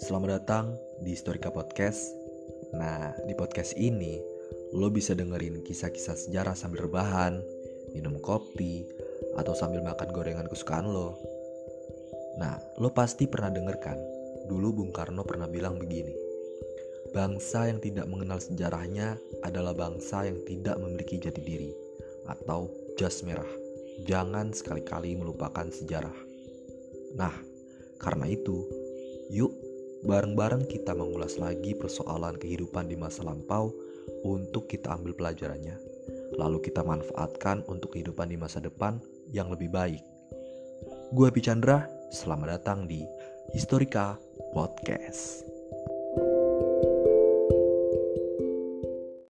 Selamat datang di Historika Podcast. Nah, di podcast ini lo bisa dengerin kisah-kisah sejarah sambil rebahan, minum kopi, atau sambil makan gorengan kesukaan lo. Nah, lo pasti pernah denger kan? Dulu Bung Karno pernah bilang begini, bangsa yang tidak mengenal sejarahnya adalah bangsa yang tidak memiliki jati diri, atau jas merah. Jangan sekali-kali melupakan sejarah. Nah, karena itu, yuk bareng-bareng kita mengulas lagi persoalan kehidupan di masa lampau untuk kita ambil pelajarannya. Lalu kita manfaatkan untuk kehidupan di masa depan yang lebih baik. Gua Happy Chandra, selamat datang di Historika Podcast.